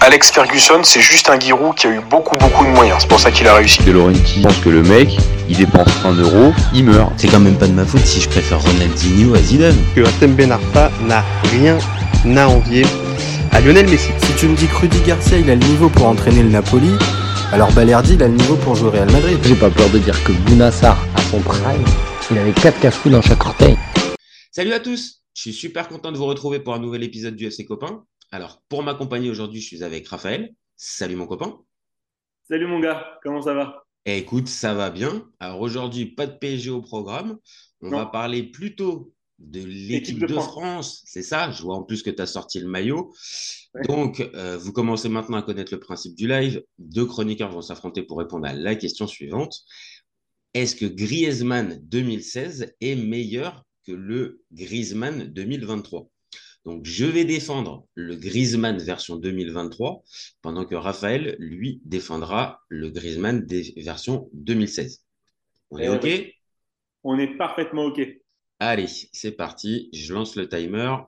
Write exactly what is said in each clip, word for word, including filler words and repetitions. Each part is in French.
Alex Ferguson, c'est juste un Giroud qui a eu beaucoup beaucoup de moyens. C'est pour ça qu'il a réussi. De Laurenti pense que le mec, il dépense un euro, il meurt. C'est quand même pas de ma faute si je préfère Ronaldinho à Zidane. Que Hatem Ben Arfa n'a rien à envier à Lionel Messi. Si tu me dis que Rudy Garcia il a le niveau pour entraîner le Napoli, alors Balerdi il a le niveau pour jouer au Real Madrid. J'ai pas peur de dire que Bouna Sarr, à son prime, il avait quatre cafous dans chaque orteil. Salut à tous, je suis super content de vous retrouver pour un nouvel épisode du F C Copain. Alors, pour m'accompagner aujourd'hui, je suis avec Raphaël. Salut mon copain. Salut mon gars, comment ça va? Eh, écoute, ça va bien. Alors aujourd'hui, pas de P S G au programme. On Non. va parler plutôt de l'équipe de de France. France. C'est ça, je vois en plus que tu as sorti le maillot. Ouais. Donc, euh, vous commencez maintenant à connaître le principe du live. Deux chroniqueurs vont s'affronter pour répondre à la question suivante. Est-ce que Griezmann deux mille seize est meilleur que le Griezmann deux mille vingt-trois? Donc, je vais défendre le Griezmann version deux mille vingt-trois, pendant que Raphaël, lui, défendra le Griezmann des version deux mille seize. On est Eh OK? oui. On est parfaitement OK. Allez, c'est parti. Je lance le timer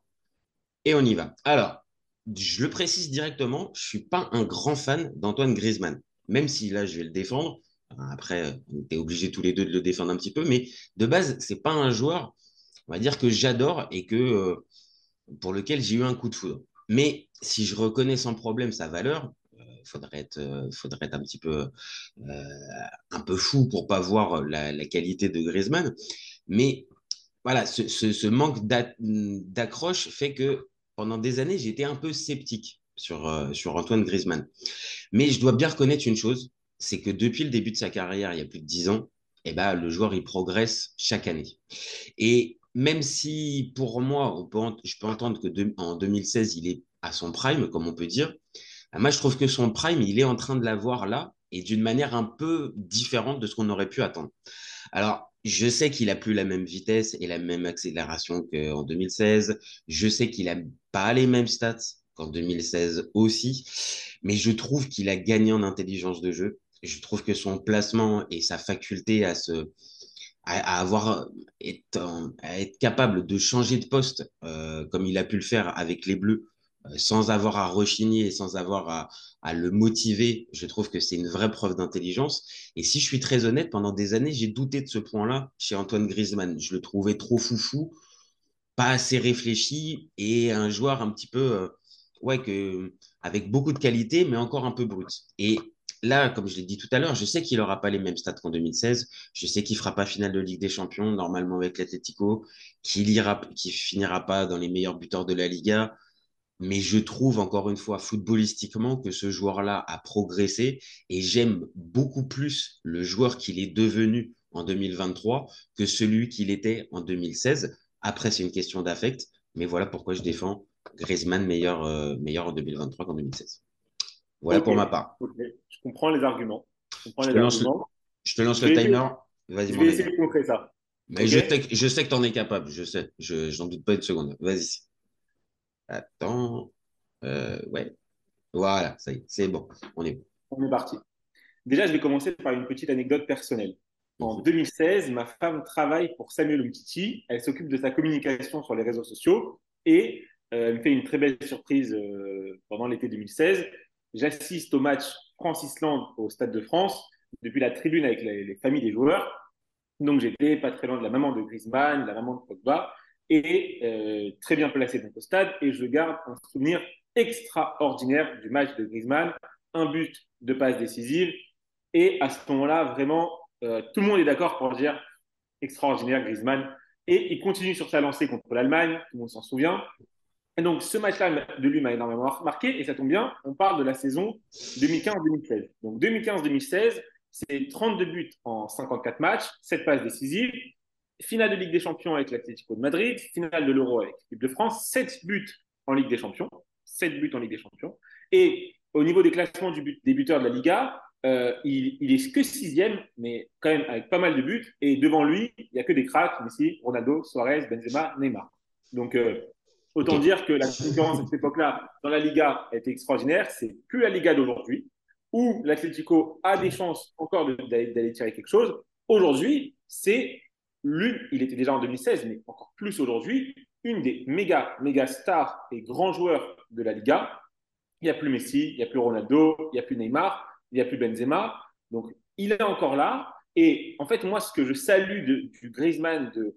et on y va. Alors, je le précise directement, je ne suis pas un grand fan d'Antoine Griezmann, même si là, je vais le défendre. Après, on était obligés tous les deux de le défendre un petit peu, mais de base, ce n'est pas un joueur, on va dire, que j'adore et que... Euh, pour lequel j'ai eu un coup de foudre. Mais si je reconnais sans problème sa valeur, il euh, faudrait, être, euh, faudrait être un petit peu, euh, un peu fou pour pas voir la, la qualité de Griezmann. Mais voilà, ce, ce, ce manque d'accroche fait que pendant des années, j'étais un peu sceptique sur, euh, sur Antoine Griezmann. Mais je dois bien reconnaître une chose, c'est que depuis le début de sa carrière, il y a plus de dix ans, eh ben, le joueur, il progresse chaque année. Et même si pour moi, on peut, je peux entendre que de, en deux mille seize, il est à son prime, comme on peut dire, moi, je trouve que son prime, il est en train de l'avoir là et d'une manière un peu différente de ce qu'on aurait pu attendre. Alors, je sais qu'il n'a plus la même vitesse et la même accélération qu'en deux mille seize. Je sais qu'il n'a pas les mêmes stats qu'en deux mille seize aussi, mais je trouve qu'il a gagné en intelligence de jeu. Je trouve que son placement et sa faculté à se à, avoir être, à être capable de changer de poste euh, comme il a pu le faire avec les Bleus euh, sans avoir à rechigner et sans avoir à, à le motiver. Je trouve que c'est une vraie preuve d'intelligence. Et si je suis très honnête, pendant des années, j'ai douté de ce point-là chez Antoine Griezmann. Je le trouvais trop foufou, pas assez réfléchi et un joueur un petit peu, euh, ouais, que, avec beaucoup de qualité, mais encore un peu brut. Et là, comme je l'ai dit tout à l'heure, je sais qu'il n'aura pas les mêmes stats qu'en deux mille seize. Je sais qu'il ne fera pas finale de Ligue des Champions, normalement avec l'Atlético, qu'il ira, qu'il finira pas dans les meilleurs buteurs de la Liga. Mais je trouve, encore une fois, footballistiquement, que ce joueur-là a progressé et j'aime beaucoup plus le joueur qu'il est devenu en deux mille vingt-trois que celui qu'il était en deux mille seize. Après, c'est une question d'affect, mais voilà pourquoi je défends Griezmann meilleur, euh, meilleur en deux mille vingt-trois qu'en deux mille seize. Voilà Ok, pour ma part. ok. Je comprends les arguments. Je comprends Je les te lance le, arguments. je te lance Je le vais, timer. Vas-y, je mon vais ami. essayer de contrer ça. Mais Ok. je sais que, je sais que tu en es capable. Je sais. Je, j'en doute pas une seconde. Vas-y. Attends. Euh, ouais. Voilà, ça y est. C'est bon. On est bon. On est parti. Déjà, je vais commencer par une petite anecdote personnelle. En Mhm. deux mille seize, ma femme travaille pour Samuel Umtiti. Elle s'occupe de sa communication sur les réseaux sociaux et euh, elle me fait une très belle surprise euh, pendant l'été deux mille seize. J'assiste au match France-Islande au Stade de France depuis la tribune avec les, les familles des joueurs. Donc, j'étais pas très loin de la maman de Griezmann, la maman de Pogba, et euh, très bien placé donc, au stade. Et je garde un souvenir extraordinaire du match de Griezmann, un but de passe décisive. Et à ce moment-là, vraiment, euh, tout le monde est d'accord pour dire extraordinaire Griezmann. Et il continue sur sa lancée contre l'Allemagne, tout le monde s'en souvient. Et donc, ce match-là de lui m'a énormément marqué, et ça tombe bien, on parle de la saison deux mille quinze deux mille seize. Donc, deux mille quinze deux mille seize, c'est trente-deux buts en cinquante-quatre matchs, sept passes décisives, finale de Ligue des Champions avec l'Atlético de Madrid, finale de l'Euro avec l'équipe de France, sept buts en Ligue des Champions, sept buts en Ligue des Champions. Et au niveau des classements du but, des buteurs de la Liga, euh, il, il est que sixième, mais quand même avec pas mal de buts. Et devant lui, il n'y a que des cracks, Messi, Ronaldo, Suarez, Benzema, Neymar. Donc, euh, autant Ok. dire que la concurrence à cette époque-là dans la Liga était extraordinaire. C'est plus la Liga d'aujourd'hui, où l'Atlético a des chances encore de- d'aller d'aller tirer quelque chose. Aujourd'hui, c'est l'une, il était déjà en deux mille seize, mais encore plus aujourd'hui, une des méga, méga stars et grands joueurs de la Liga. Il n'y a plus Messi, il n'y a plus Ronaldo, il n'y a plus Neymar, il n'y a plus Benzema. Donc, il est encore là. Et en fait, moi, ce que je salue de, du Griezmann de,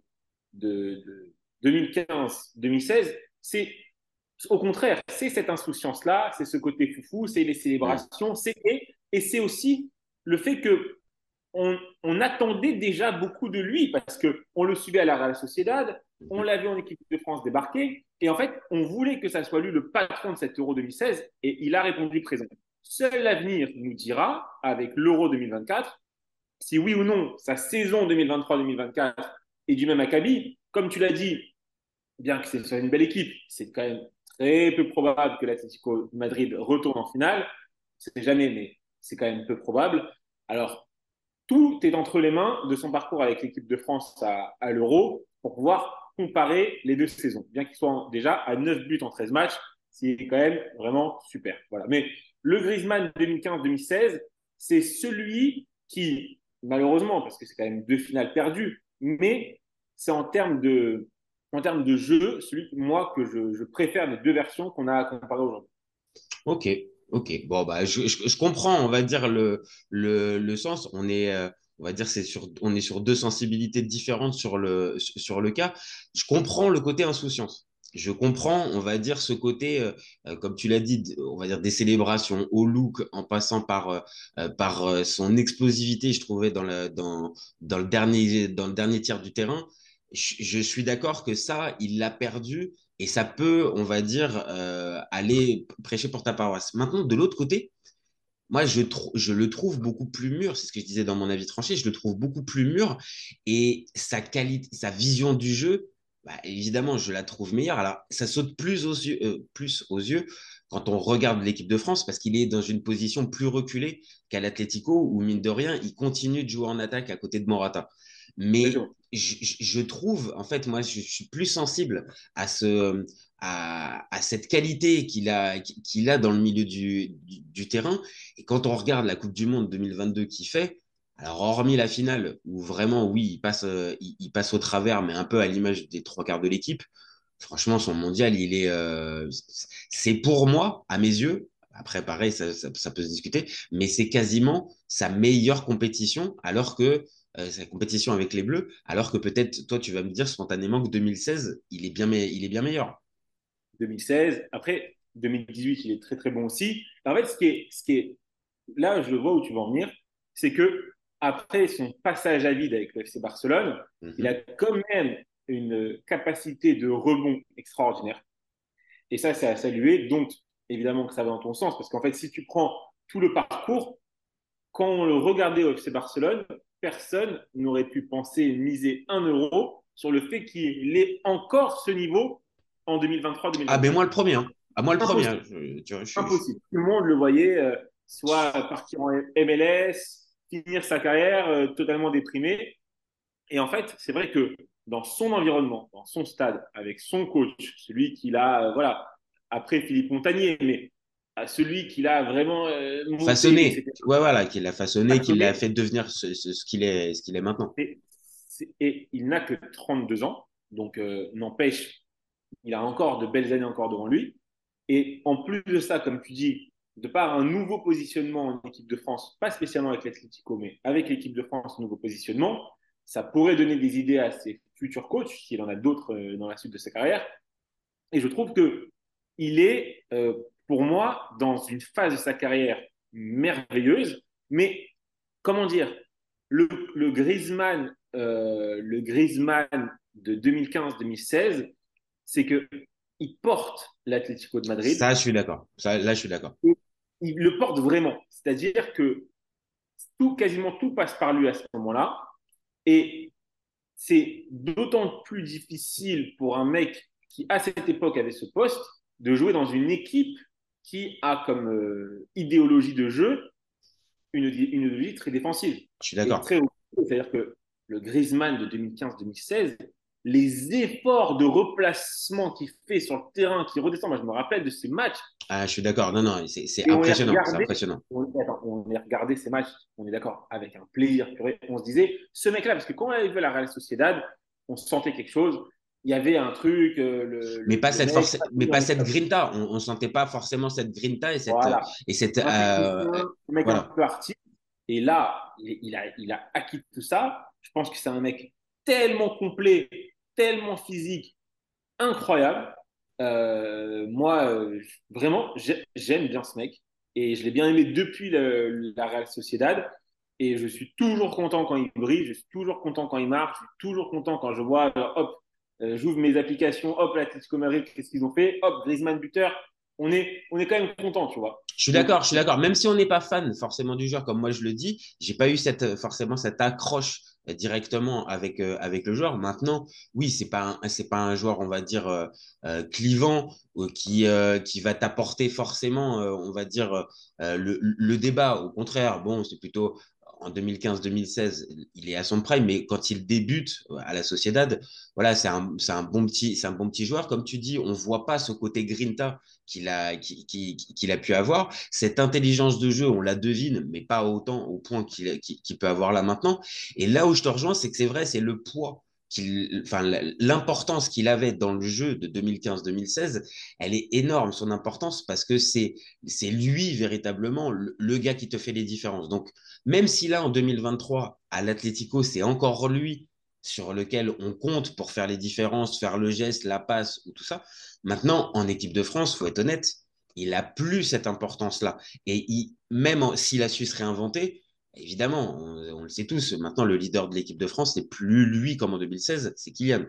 de, de deux mille quinze deux mille seize, c'est au contraire, c'est cette insouciance-là, c'est ce côté foufou, c'est les célébrations, c'est, et, et c'est aussi le fait que on, on attendait déjà beaucoup de lui parce qu'on le suivait à la Real Sociedad, on l'a vu en équipe de France débarquer, et en fait, on voulait que ça soit lui le patron de cet Euro deux mille seize, et il a répondu présent. Seul l'avenir nous dira, avec l'Euro deux mille vingt-quatre, si oui ou non sa saison deux mille vingt-trois deux mille vingt-quatre est du même acabit. Comme tu l'as dit, bien que ce soit une belle équipe, c'est quand même très peu probable que l'Atlético Madrid retourne en finale. C'est jamais, mais c'est quand même peu probable. Alors, tout est entre les mains de son parcours avec l'équipe de France à, à l'Euro pour pouvoir comparer les deux saisons, bien qu'il soit déjà à neuf buts en treize matchs, c'est quand même vraiment super. Voilà. Mais le Griezmann deux mille quinze deux mille seize, c'est celui qui, malheureusement, parce que c'est quand même deux finales perdues, mais c'est en termes de, en termes de jeu, celui, moi, que je, je préfère des deux versions qu'on a à comparer aujourd'hui. Ok, ok. Bon, bah, je, je, je comprends, on va dire, le, le, le sens. On est, euh, on va dire, c'est sur, on est sur deux sensibilités différentes sur le, sur le cas. Je comprends le côté insouciance. Je comprends, on va dire, ce côté, euh, euh, comme tu l'as dit, on va dire des célébrations au look, en passant par, euh, euh, par euh, son explosivité, je trouvais, dans le, dans, dans le dernier, dans le dernier tiers du terrain. Je, je suis d'accord que ça, il l'a perdu et ça peut, on va dire, euh, aller prêcher pour ta paroisse. Maintenant, de l'autre côté, moi, je, trou- je le trouve beaucoup plus mûr. C'est ce que je disais dans mon avis tranché. Je le trouve beaucoup plus mûr et sa qualité, sa vision du jeu, bah, évidemment, je la trouve meilleure. Alors, ça saute plus aux yeux, euh, plus aux yeux quand on regarde l'équipe de France parce qu'il est dans une position plus reculée qu'à l'Atlético où, mine de rien, il continue de jouer en attaque à côté de Morata. Mais je, je- je trouve, en fait, moi, je, je suis plus sensible à ce, à, à cette qualité qu'il a, qu'il a dans le milieu du, du, du terrain. Et quand on regarde la Coupe du Monde deux mille vingt-deux qu'il fait, alors hormis la finale, où vraiment, oui, il passe, euh, il, il passe au travers, mais un peu à l'image des trois quarts de l'équipe, franchement, son mondial, il est, euh, c'est pour moi, à mes yeux, après, pareil, ça, ça, ça peut se discuter, mais c'est quasiment sa meilleure compétition, alors que euh, sa compétition avec les Bleus, alors que peut-être, toi, tu vas me dire spontanément que deux mille seize, il est bien, me- il est bien meilleur. deux mille seize. Après, deux mille dix-huit, il est très très bon aussi. En fait, ce qui est, ce qui est là, je vois où tu vas en venir, c'est que après son passage à vide avec le F C Barcelone, il a Mhm. quand même une capacité de rebond extraordinaire. Et ça, c'est à saluer. Donc, évidemment que ça va dans ton sens, parce qu'en fait, si tu prends tout le parcours, quand on le regardait au F C Barcelone, personne n'aurait pu penser miser un euro sur le fait qu'il ait encore ce niveau en Ah, ben deux mille vingt-trois-deux mille vingt-quatre. moi le premier, hein. Ah, moi le premier, Impossible, hein. Je- tu vois, je suis- je- impossible. Tout le monde le voyait euh, soit partir en M L S, finir sa carrière euh, totalement déprimé. Et en fait, c'est vrai que dans son environnement, dans son stade, avec son coach, celui qu'il a, euh, voilà, après Philippe Montagnier, mais à celui qu'il a vraiment euh, monté, Façonné, et cetera, ouais, voilà, qui l'a façonné, qui l'a façonné, fait devenir ce, ce- ce qu'il est, ce qu'il est maintenant. et, et il n'a que trente-deux ans, donc euh, n'empêche, il a encore de belles années encore devant lui. Et en plus de ça, comme tu dis, de par un nouveau positionnement en équipe de France, pas spécialement avec l'Atlético, mais avec l'équipe de France, nouveau positionnement, ça pourrait donner des idées à ses futurs coachs, s'il en a d'autres euh, dans la suite de sa carrière. Et je trouve que il est, euh, pour moi, dans une phase de sa carrière merveilleuse. Mais comment dire, le, le Griezmann, euh, le Griezmann de deux mille quinze deux mille seize, c'est que il porte l'Atlético de Madrid. Ça, je suis d'accord. Ça, là, je suis d'accord. Et il le porte vraiment. C'est-à-dire que tout, quasiment tout passe par lui à ce moment-là. Et c'est d'autant plus difficile pour un mec qui, à cette époque, avait ce poste, de jouer dans une équipe qui a comme euh, idéologie de jeu une, une idéologie très défensive Je suis et d'accord. très haut. C'est-à-dire que le Griezmann de deux mille quinze deux mille seize, les efforts de replacement qu'il fait sur le terrain, qui redescend, moi je me rappelle de ces matchs, Ah, je suis d'accord. Non, non, c'est c'est et on les impressionnant. C'est regardait, impressionnant. on, attends, on les regardait ces matchs, on est d'accord, avec un plaisir purée. On se disait, ce mec-là, parce que quand on avait vu la Real Sociedad, on sentait quelque chose. il y avait un truc, euh, le, Mais le, pas le cette mec, force, mais pas cette grinta. On, on sentait pas forcément cette grinta et cette voilà, et cette un euh, technicien, un mec un voilà. peu artiste. Et là, il, il a, il a acquis tout ça. Je pense que c'est un mec tellement complet, tellement physique, incroyable. Euh, moi, euh, vraiment, j'ai- j'aime bien ce mec. Et je l'ai bien aimé depuis le- la Real Sociedad. Et je suis toujours content quand il brille, je suis toujours content quand il marche, je suis toujours content quand je vois, alors, hop, euh, j'ouvre mes applications, hop, l'Atlético Madrid, qu'est-ce qu'ils ont fait? Hop, Griezmann buteur. On est, on est quand même content, tu vois. Je suis Donc, d'accord, je suis d'accord. Même si on n'est pas fan forcément du joueur, comme moi je le dis, j'ai pas eu cette forcément cette accroche euh, directement avec euh, avec le joueur. Maintenant, oui, c'est pas un, c'est pas un joueur, on va dire euh, euh, clivant euh, qui euh, qui va t'apporter forcément, euh, on va dire euh, le, le débat. Au contraire, bon, c'est plutôt en deux mille quinze deux mille seize, il est à son prime, mais quand il débute à la Sociedad, voilà, c'est un c'est un bon petit c'est un bon petit joueur. Comme tu dis, on voit pas ce côté grinta qu'il a qu'il qu'il qu'il a pu avoir. Cette intelligence de jeu, on la devine, mais pas autant au point qu'il qu'il peut avoir là maintenant. Et là où je te rejoins, c'est que c'est vrai, c'est le poids qu'il, enfin, l'importance qu'il avait dans le jeu de deux mille quinze deux mille seize, elle est énorme, son importance, parce que c'est, c'est lui véritablement le, le gars qui te fait les différences. Donc, même si là, en deux mille vingt-trois, à l'Atlético, c'est encore lui sur lequel on compte pour faire les différences, faire le geste, la passe ou tout ça. Maintenant, en équipe de France, faut être honnête, il a plus cette importance-là. Et il, même s'il a su se réinventer, évidemment, on, on, le sait tous, maintenant le leader de l'équipe de France, c'est plus lui comme en deux mille seize, c'est Kylian.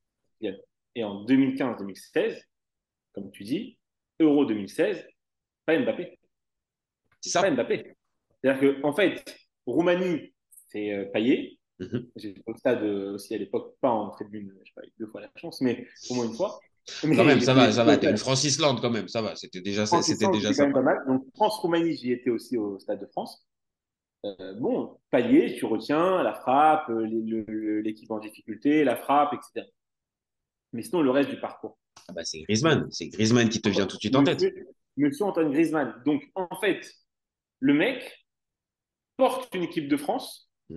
et en deux mille quinze deux mille seize, comme tu dis, Euro deux mille seize, pas Mbappé. C'est ça. Pas Mbappé. C'est-à-dire qu'en en fait, Roumanie, c'est euh, Payet. Mm-hmm. J'étais au stade euh, aussi à l'époque, pas en tribune, je sais pas, deux fois la chance, mais au moins une fois. Mais quand même, ça va, ça va. T'es une France Islande quand même, ça va. C'était déjà, c'était déjà quand même sympa. pas mal. Donc France-Roumanie, j'y étais aussi au stade de France. Euh, bon, Payet, tu retiens la frappe, l'équipe en difficulté, la frappe, et cetera. Mais sinon, le reste du parcours. Ah bah, c'est Griezmann. C'est Griezmann qui te vient tout de suite en tête. Monsieur, Monsieur Antoine Griezmann. Donc, en fait, le mec porte une équipe de France. Mm.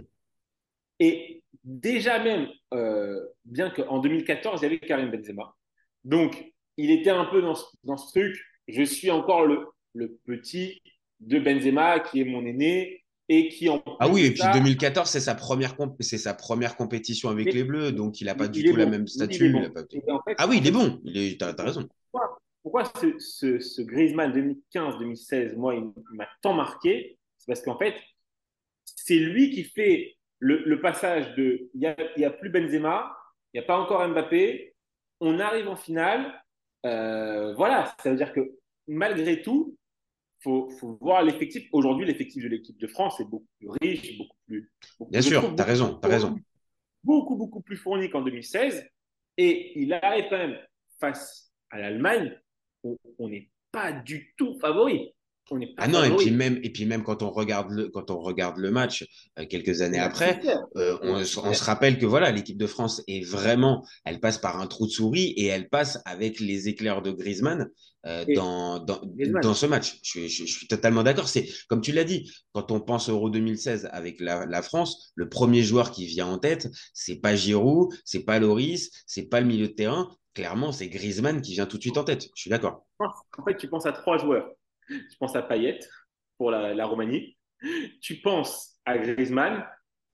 Et déjà même, euh, bien qu'en deux mille quatorze, il y avait Karim Benzema. Donc, il était un peu dans ce, dans ce truc. Je suis encore le, le petit de Benzema qui est mon aîné. Et qui en ah oui, et puis ça, deux mille quatorze, c'est sa première, comp- c'est sa première compétition avec les Bleus, donc il n'a pas du tout bon. la même statut. Il bon. il pas... en fait, ah oui, il est bon, il t'as raison. Pourquoi, pourquoi ce, ce, ce Griezmann deux mille quinze deux mille seize, moi, il, il m'a tant marqué? C'est parce qu'en fait, c'est lui qui fait le, le passage de il n'y a, y a plus Benzema, il n'y a pas encore Mbappé, on arrive en finale. Euh, voilà, ça veut dire que malgré tout, il faut, faut voir l'effectif. Aujourd'hui, l'effectif de l'équipe de France est beaucoup plus riche, beaucoup plus. Beaucoup, Bien sûr, tu as raison, tu as raison. Beaucoup, beaucoup plus fourni qu'en deux mille seize. Et il arrive quand même face à l'Allemagne, on n'est pas du tout favori. On n'est pas ah non, favori. et puis même, et puis même quand on regarde le, quand on regarde le match euh, quelques années ouais, après, euh, on, on se rappelle que voilà, l'équipe de France est vraiment, elle passe par un trou de souris et elle passe avec les éclairs de Griezmann euh, dans, dans, dans ce match. Je, je, je suis totalement d'accord. C'est comme tu l'as dit, quand on pense au Euro deux mille seize avec la, la France, le premier joueur qui vient en tête, c'est pas Giroud, c'est pas Loris, c'est pas le milieu de terrain. Clairement, c'est Griezmann qui vient tout de suite en tête. Je suis d'accord. En fait, tu penses à trois joueurs. Tu penses à Payet pour la, la Roumanie, tu penses à Griezmann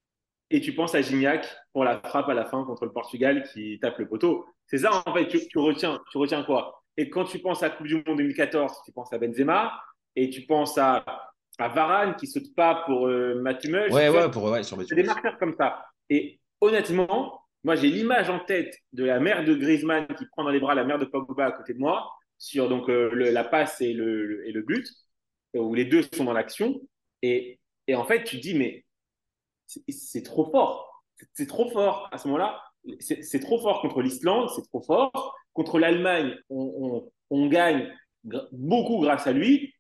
et tu penses à Gignac pour la frappe à la fin contre le Portugal qui tape le poteau. C'est ça, en fait, tu, tu, retiens, tu retiens quoi? Et quand tu penses à la Coupe du Monde deux mille quatorze, tu penses à Benzema et tu penses à, à Varane qui saute pas pour euh, Matumeuch. Ouais, ouais, pour, ouais, sur C'est des marqueurs comme ça. Et honnêtement, moi, j'ai l'image en tête de la mère de Griezmann qui prend dans les bras la mère de Pogba à côté de moi sur donc, euh, le, la passe et le, le, et le but, où les deux sont dans l'action. Et, et en fait, tu te dis, mais c'est trop fort. C'est trop fort à ce moment-là. C'est trop fort contre l'Islande, c'est trop fort. Contre l'Allemagne, on, on, on gagne beaucoup grâce à lui.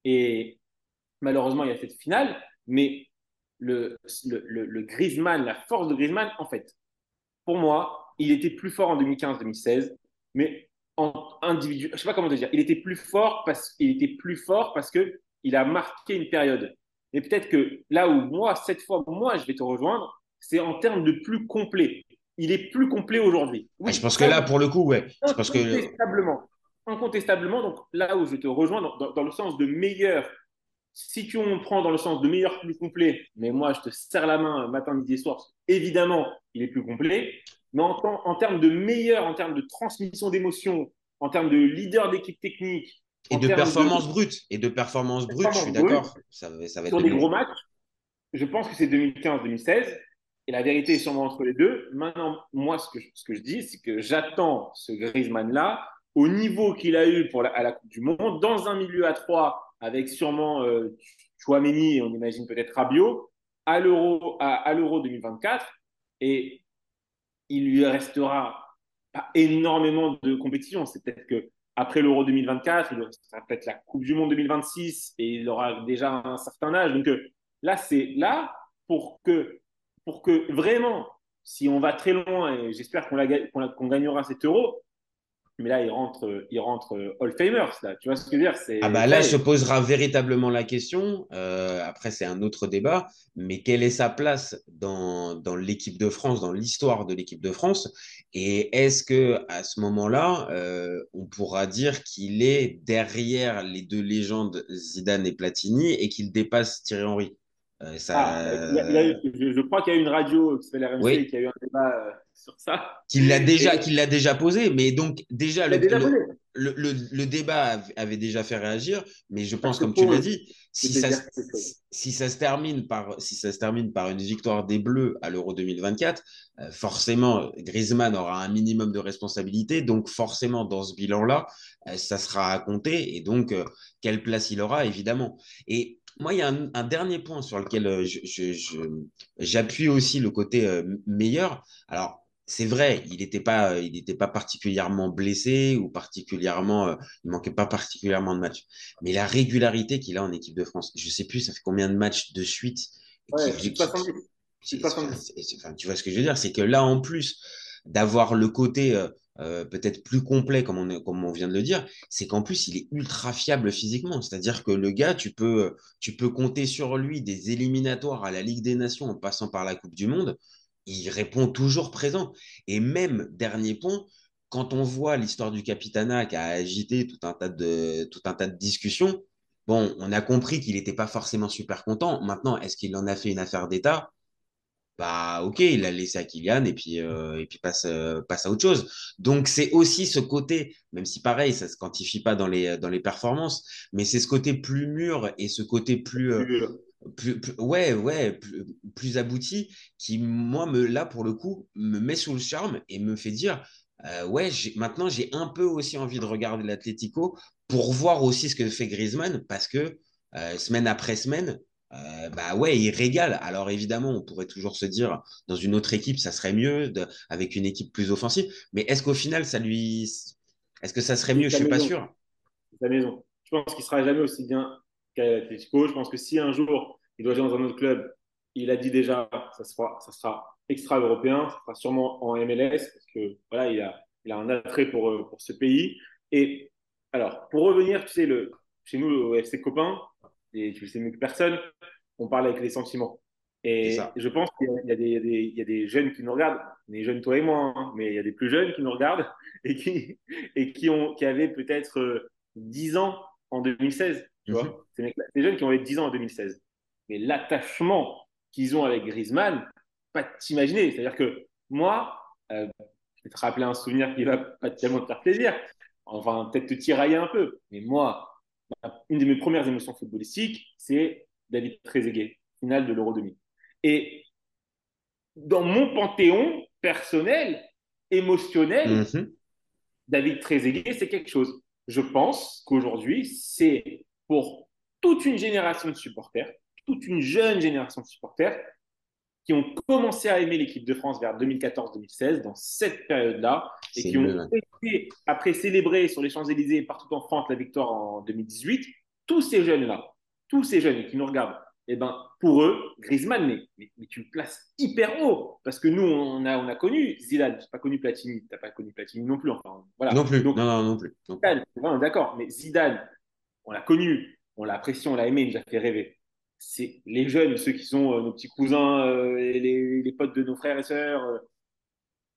Et malheureusement, il y a cette finale. Mais le, le, le, le Griezmann, la force de Griezmann, en fait, pour moi, il était plus fort en deux mille quinze deux mille seize. Mais en individu, je sais pas comment te dire, il était plus fort parce qu'il était plus fort parce que il a marqué une période. Et peut-être que là où moi, cette fois, moi, je vais te rejoindre, c'est en termes de plus complet. il est plus complet aujourd'hui. Ah, Oui, je pense que ça, là, pour le coup, ouais. Je pense que. incontestablement. Incontestablement, donc là où je te rejoins, dans, dans- dans le sens de meilleur, si tu on prend dans le sens de meilleur plus complet, mais moi je te serre la main matin, midi et soir, évidemment, il est plus complet, mais en, temps- en termes de meilleur, en termes de transmission d'émotions, en termes de leader d'équipe technique, Et en de termes de performance brute. Et de performance brute, je suis performance brute, d'accord. Ça, va- ça va être sur le des niveau. gros matchs, je pense que c'est deux mille quinze deux mille seize. Et la vérité est sûrement entre les deux. Maintenant, moi, ce que je, ce que je dis, c'est que j'attends ce Griezmann-là au niveau qu'il a eu pour la, à la Coupe du Monde, dans un milieu à trois, avec sûrement euh, Chouameni et on imagine peut-être Rabiot, à l'Euro à, à l'Euro deux mille vingt-quatre. Et il lui restera pas énormément de compétition. C'est peut-être que après l'Euro deux mille vingt-quatre, il restera peut-être la Coupe du Monde deux mille vingt-six et il aura déjà un certain âge. Donc euh, là, c'est là pour que, pour que vraiment, si on va très loin, et j'espère qu'on, la, qu'on, qu'on gagnera cet Euro, mais là, il rentre, il rentre Hall of Famers, là. Tu vois ce que je veux dire? Ah C'est, bah là là, se posera véritablement la question. Euh, après, c'est un autre débat, mais quelle est sa place dans, dans l'équipe de France, dans l'histoire de l'équipe de France? Et est-ce que à ce moment-là, euh, on pourra dire qu'il est derrière les deux légendes Zidane et Platini et qu'il dépasse Thierry Henry? Euh, ah, il y a- il y a ça, eu- je, je crois qu'il y a eu une radio qui s'appelle R M C et oui, qui a eu un débat euh, sur ça. qu'il l'a Et déjà, qu'il l'a déjà posé, mais donc déjà il a le, déjà posé. le, le, le, le débat avait déjà fait réagir, mais je Ça pense, te comme tu l'as pose dit, de si te ça, dire quelque chose. si ça se termine par, si ça se termine par une victoire des Bleus à l'Euro deux mille vingt-quatre, euh, forcément, Griezmann aura un minimum de responsabilité, donc forcément, dans ce bilan-là, euh, ça sera à compter, et donc, euh, quelle place il aura, évidemment. Et moi, il y a un, un dernier point sur lequel euh, je, je, je, j'appuie aussi le côté euh, meilleur. Alors, c'est vrai, il n'était pas, il n'était pas particulièrement blessé ou particulièrement, euh, il manquait pas particulièrement de matchs. Mais la régularité qu'il a en équipe de France, je sais plus, ça fait combien de matchs de suite Ouais, qui, plus de qui, soixante-dix. qui- Plus de qui- enfin, soixante-dix. c'est- enfin, tu vois ce que je veux dire, c'est que là, en plus d'avoir le côté euh, euh, peut-être plus complet, comme on, est- comme on vient de le dire, c'est qu'en plus, il est ultra fiable physiquement. C'est-à-dire que le gars, tu peux, tu peux compter sur lui des éliminatoires à la Ligue des Nations en passant par la Coupe du Monde. Il répond toujours présent. Et même, dernier point, quand on voit l'histoire du Capitana qui a agité tout un tas de, tout un tas de discussions, bon, on a compris qu'il n'était pas forcément super content. Maintenant, est-ce qu'il en a fait une affaire d'État? Bah, ok, il l'a laissé à Kylian et puis, euh, et puis passe, euh, passe à autre chose. Donc, c'est aussi ce côté, même si pareil, ça se quantifie pas dans les, dans les performances, mais c'est ce côté plus mûr et ce côté plus, euh, Plus, plus, plus- ouais, ouais, plus, plus abouti, qui, moi, me, là, pour le coup, me met sous le charme et me fait dire, euh, ouais, j'ai, maintenant, j'ai un peu aussi envie de regarder l'Atlético pour voir aussi ce que fait Griezmann, parce que euh, semaine après semaine, euh, bah ouais, il régale. Alors évidemment, on pourrait toujours se dire, dans une autre équipe, ça serait mieux, de- avec une équipe plus offensive, mais est-ce qu'au final, ça lui... Est-ce que ça serait c'est mieux? Je sa suis pas maison. sûr. C'est sa maison. Je pense qu'il sera jamais aussi bien qu'à l'Atlético. Je pense que si un jour il doit jouer dans un autre club, il a dit déjà, ça sera, ça sera extra-européen, ça sera sûrement en M L S, parce que voilà, il a, il a un attrait pour, euh, pour ce pays. Et alors, pour revenir, tu sais, le, chez nous, au F C Copain, et tu le sais mieux que personne, on parle avec les sentiments. C'est Et ça. je pense qu'il y a, il y a des, il y a des, il y a des jeunes qui nous regardent, des jeunes toi et moi, hein, mais il y a des plus jeunes qui nous regardent et qui, et qui, ont, qui avaient peut-être euh, dix ans en deux mille seize, tu Mhm. vois. Ces, mecs ces jeunes qui ont eu dix ans en deux mille seize. Mais l'attachement qu'ils ont avec Griezmann, pas t'imaginer. C'est-à-dire que moi, euh, je vais te rappeler un souvenir qui va pas tellement te faire plaisir, enfin peut-être te tirailler un peu, mais moi, une de mes premières émotions footballistiques, c'est David Trezeguet, finale de l'Euro deux mille. Et dans mon panthéon personnel, émotionnel, Mhm. David Trezeguet, c'est quelque chose. Je pense qu'aujourd'hui, c'est pour toute une génération de supporters, toute une jeune génération de supporters, qui ont commencé à aimer l'équipe de France vers deux mille quatorze deux mille seize, dans cette période-là, et C'est qui mieux, ont ouais. été, après célébrer sur les Champs-Élysées partout en France la victoire en deux mille dix-huit, tous ces jeunes-là, tous ces jeunes qui nous regardent, eh ben, pour eux, Griezmann, mais, mais, mais tu le places hyper haut, parce que nous, on a, on a connu Zidane, tu n'as pas connu Platini, tu n'as pas connu Platini non plus, enfin, Non voilà. plus. Donc, Non, non, non plus. Non plus. Zidane, vraiment, d'accord, mais Zidane, on l'a connu, on l'a apprécié, on l'a aimé, il nous a fait rêver. C'est les jeunes, ceux qui sont euh, nos petits cousins, euh, et les, les potes de nos frères et sœurs, euh,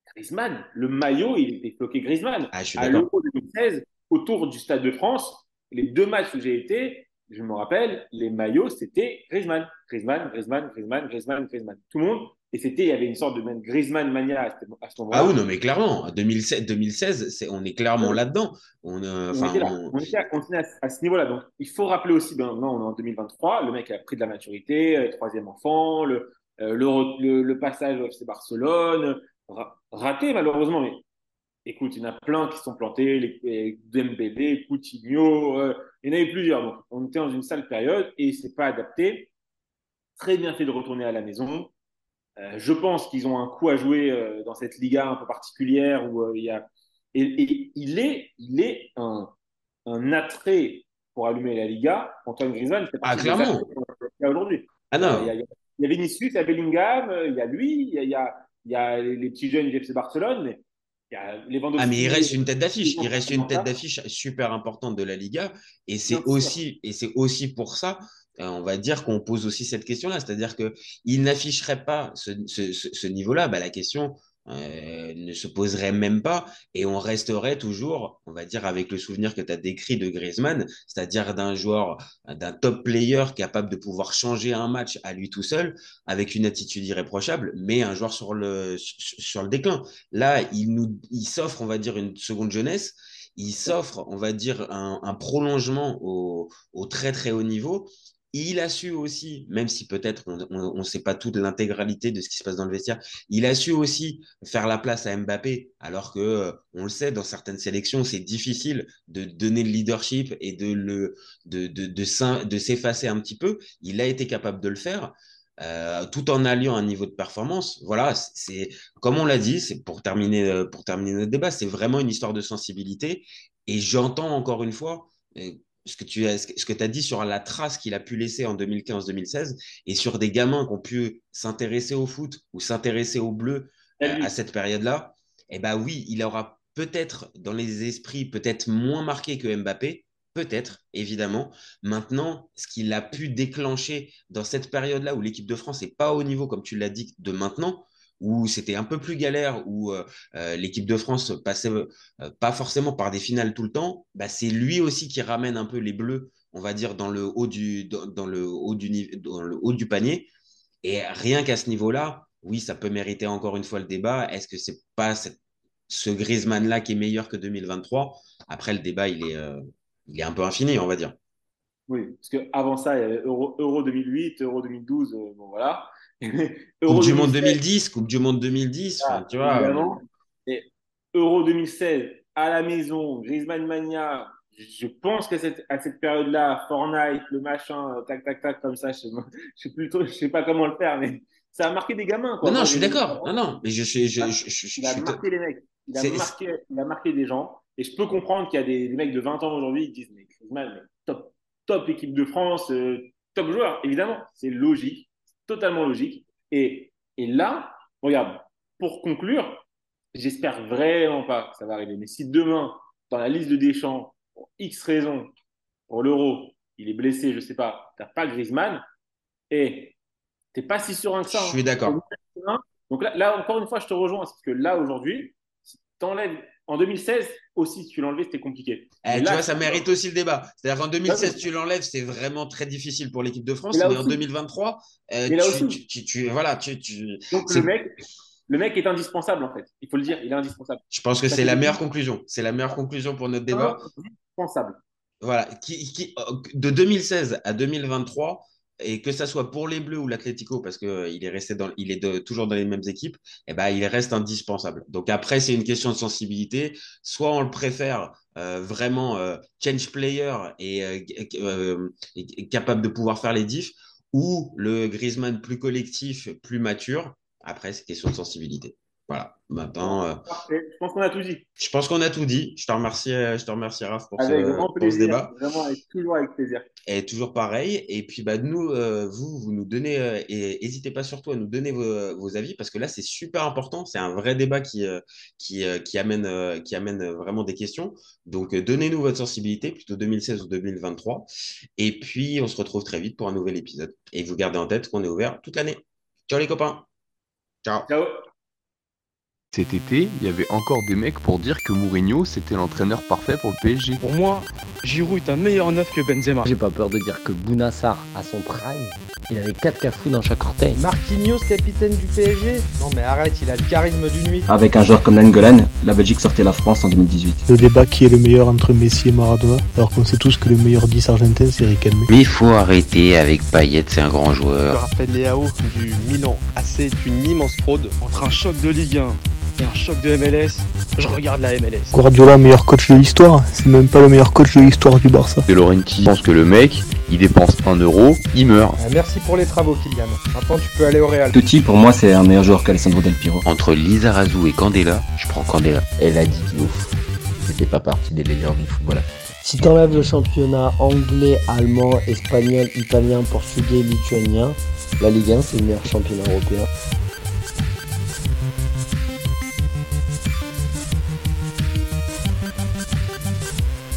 Griezmann, le maillot, il était floqué Griezmann. Ah, je suis À d'accord. l'Euro deux mille seize, autour du Stade de France, les deux matchs où j'ai été, je me rappelle, les maillots, c'était Griezmann. Griezmann, Griezmann, Griezmann, Griezmann, Griezmann. Tout le monde. Et c'était, il y avait une sorte de même Griezmann mania à ce, à ce Ah oui, moment-là. non, mais clairement, deux mille sept, deux mille seize, c'est, on est clairement là-dedans. On, euh, On enfin, était là. on- On était à, on était à, à ce niveau-là. Donc, il faut rappeler aussi, ben, non, on est en deux mille vingt-trois, le mec a pris de la maturité, euh, troisième enfant, le, euh, le, le, le passage au F C Barcelone, ra- raté malheureusement, mais écoute, il y en a plein qui sont plantés, les, les Dembélé, Coutinho, euh, il y en a eu plusieurs. Donc, on était dans une sale période et il ne s'est pas adapté. Très bien fait de retourner à la maison. Euh, je pense qu'ils ont un coup à jouer euh, dans cette Liga un peu particulière où euh, il y a. Et, et il est, il est un, un attrait pour allumer la Liga. Antoine Griezmann fait Ah, partie des attraits clairement. qu'il y a aujourd'hui. Ah Euh, Il y, a, non. il y a Vinicius, il y a Bellingham, euh, il y a lui, il y a, il y a, il y a les petits jeunes du F C Barcelone, mais il y a Ah, mais il Lewandowski. reste une tête d'affiche. Il reste une tête d'affiche super importante de la Liga. Et c'est Bien sûr. aussi, et c'est aussi pour ça, euh, on va dire qu'on pose aussi cette question-là. C'est-à-dire qu'il n'afficherait pas ce, ce, ce, ce niveau-là. Bah, la question euh, ne se poserait même pas. Et on resterait toujours, on va dire, avec le souvenir que tu as décrit de Griezmann, c'est-à-dire d'un joueur, d'un top player capable de pouvoir changer un match à lui tout seul, avec une attitude irréprochable, mais un joueur sur le, sur le déclin. Là, il nous, il s'offre, on va dire, une seconde jeunesse. Il s'offre, on va dire, un, un prolongement au, au, très très haut niveau. Il a su aussi, même si peut-être on ne sait pas toute l'intégralité de ce qui se passe dans le vestiaire, il a su aussi faire la place à Mbappé, alors que euh, on le sait, dans certaines sélections, c'est difficile de donner le leadership et de le de, de, de, de s'effacer un petit peu. Il a été capable de le faire. Euh, tout en alliant un niveau de performance. Voilà, c'est comme on l'a dit, c'est pour terminer euh, pour terminer notre débat, c'est vraiment une histoire de sensibilité. Et j'entends encore une fois euh, ce que tu as ce que tu as dit sur la trace qu'il a pu laisser en deux mille quinze deux mille seize et sur des gamins qui ont pu s'intéresser au foot ou s'intéresser au bleu euh, à cette période-là. Eh ben oui, il aura peut-être dans les esprits peut-être moins marqué que Mbappé. Peut-être, évidemment. Maintenant, ce qu'il a pu déclencher dans cette période-là où l'équipe de France n'est pas au niveau, comme tu l'as dit, de maintenant, où c'était un peu plus galère, où euh, euh, l'équipe de France passait euh, pas forcément par des finales tout le temps, bah, c'est lui aussi qui ramène un peu les Bleus, on va dire, dans le haut du, dans, dans le haut du, dans le haut du panier. Et rien qu'à ce niveau-là, oui, ça peut mériter encore une fois le débat. Est-ce que c'est pas cette, ce Griezmann-là qui est meilleur que deux mille vingt-trois? Après, le débat, il est, euh, il est un peu infini, on va dire. Oui, parce qu'avant ça, il y avait Euro, Euro deux mille huit, Euro deux mille douze, euh, bon voilà. Coupe Euro du Monde deux mille seize, deux mille dix, Coupe du Monde deux mille dix, enfin, ah, tu vois. euh, évidemment. Et Euro deux mille seize, à la maison, Griezmann Mania, je pense qu'à cette, à cette période-là, Fortnite, le machin, euh, tac, tac, tac, comme ça, je sais, je sais, plutôt, je sais pas comment le faire, mais ça a marqué des gamins, Non, quoi. non, Moi, je suis j'ai vu d'accord. Non, non, mais je suis, je, ça. je, je, je Il a suis. t- marqué les mecs. Il a C'est, marqué, il a marqué des gens. Et je peux comprendre qu'il y a des, des mecs de vingt ans aujourd'hui qui disent, mais Griezmann, mais top, top équipe de France, euh, top joueur. Évidemment, c'est logique, totalement logique. Et, et là, regarde, pour conclure, j'espère vraiment pas que ça va arriver. Mais si demain, dans la liste de Deschamps, pour X raisons, pour l'Euro, il est blessé, je sais pas, t'as pas Griezmann, et t'es pas si serein que je ça. suis Hein. d'accord. Donc là, là, encore une fois, je te rejoins, parce que là, aujourd'hui, si t'enlèves, en deux mille seize aussi, si tu l'enlevais, c'était compliqué. Mais Eh, tu là, vois, si ça tu mérite aussi le débat. C'est-à-dire qu'en là, oui. deux mille seize, tu l'enlèves, c'est vraiment très difficile pour l'équipe de Mais France, là mais en aussi, deux mille vingt-trois, euh, mais là tu, aussi. tu, tu, tu- voilà, tu, tu, Donc le c'est, mec, le mec est indispensable, en fait. Il faut le dire, il est indispensable. je pense que Ça c'est fait la depuis meilleure conclusion. C'est la meilleure conclusion pour notre débat. indispensable. Voilà, qui, qui, de deux mille seize à deux mille vingt-trois, et que ça soit pour les Bleus ou l'Atlético, parce qu'il est resté dans, il est de, toujours dans les mêmes équipes, eh ben, il reste indispensable. Donc après, c'est une question de sensibilité. Soit on le préfère euh, vraiment euh, change player et, euh, euh, et capable de pouvoir faire les diffs, ou le Griezmann plus collectif, plus mature. Après, c'est question de sensibilité. Voilà. Bon, Maintenant, euh, parfait. Je pense qu'on a tout dit. je pense qu'on a tout dit. Je te remercie, euh, je te remercie Raph pour Avec ce, grand pour ce plaisir. débat. Vraiment, avec, toujours avec plaisir. Et toujours pareil. Et puis, bah, nous, euh, vous, vous nous donnez, euh, et n'hésitez pas surtout à nous donner vos, vos avis, parce que là, c'est super important. C'est un vrai débat qui, euh, qui, euh, qui amène, euh, qui amène vraiment des questions. Donc, euh, donnez-nous votre sensibilité, plutôt deux mille seize ou deux mille vingt-trois. Et puis, on se retrouve très vite pour un nouvel épisode. Et vous gardez en tête qu'on est ouvert toute l'année. Ciao les copains. Ciao. Ciao. Cet été, il y avait encore des mecs pour dire que Mourinho, c'était l'entraîneur parfait pour le P S G. Pour moi, Giroud est un meilleur neuf que Benzema. J'ai pas peur de dire que Bouna Sarr, à son prime, il avait quatre cafous dans chaque orteil. Marquinhos, capitaine du P S G? Non mais arrête, il a le charisme d'une nuit. Avec un joueur comme Nainggolan, la Belgique sortait la France en deux mille dix-huit. Le débat qui est le meilleur entre Messi et Maradona, alors qu'on sait tous que le meilleur dix argentin c'est Riquelme. Mais il faut arrêter avec Payet, c'est un grand joueur. Raphaël Leao du Milan A C est une immense fraude. Entre un choc de Ligue un et un choc de M L S, je regarde la M L S. Guardiola, meilleur coach de l'histoire, c'est même pas le meilleur coach de l'histoire du Barça. De Laurenti pense que le mec, il dépense un euro, il meurt. Euh, merci pour les travaux, Kylian. Maintenant tu peux aller au Real. Totti, pour moi, c'est un meilleur joueur qu'Alessandro Del Piero. Entre Lizarazu et Candela, je prends Candela. Elle a dit qu'il ouf. C'était pas partie des légendes du football. Si t'enlèves le championnat anglais, allemand, espagnol, italien, portugais, lituanien, la Ligue un c'est le meilleur championnat européen.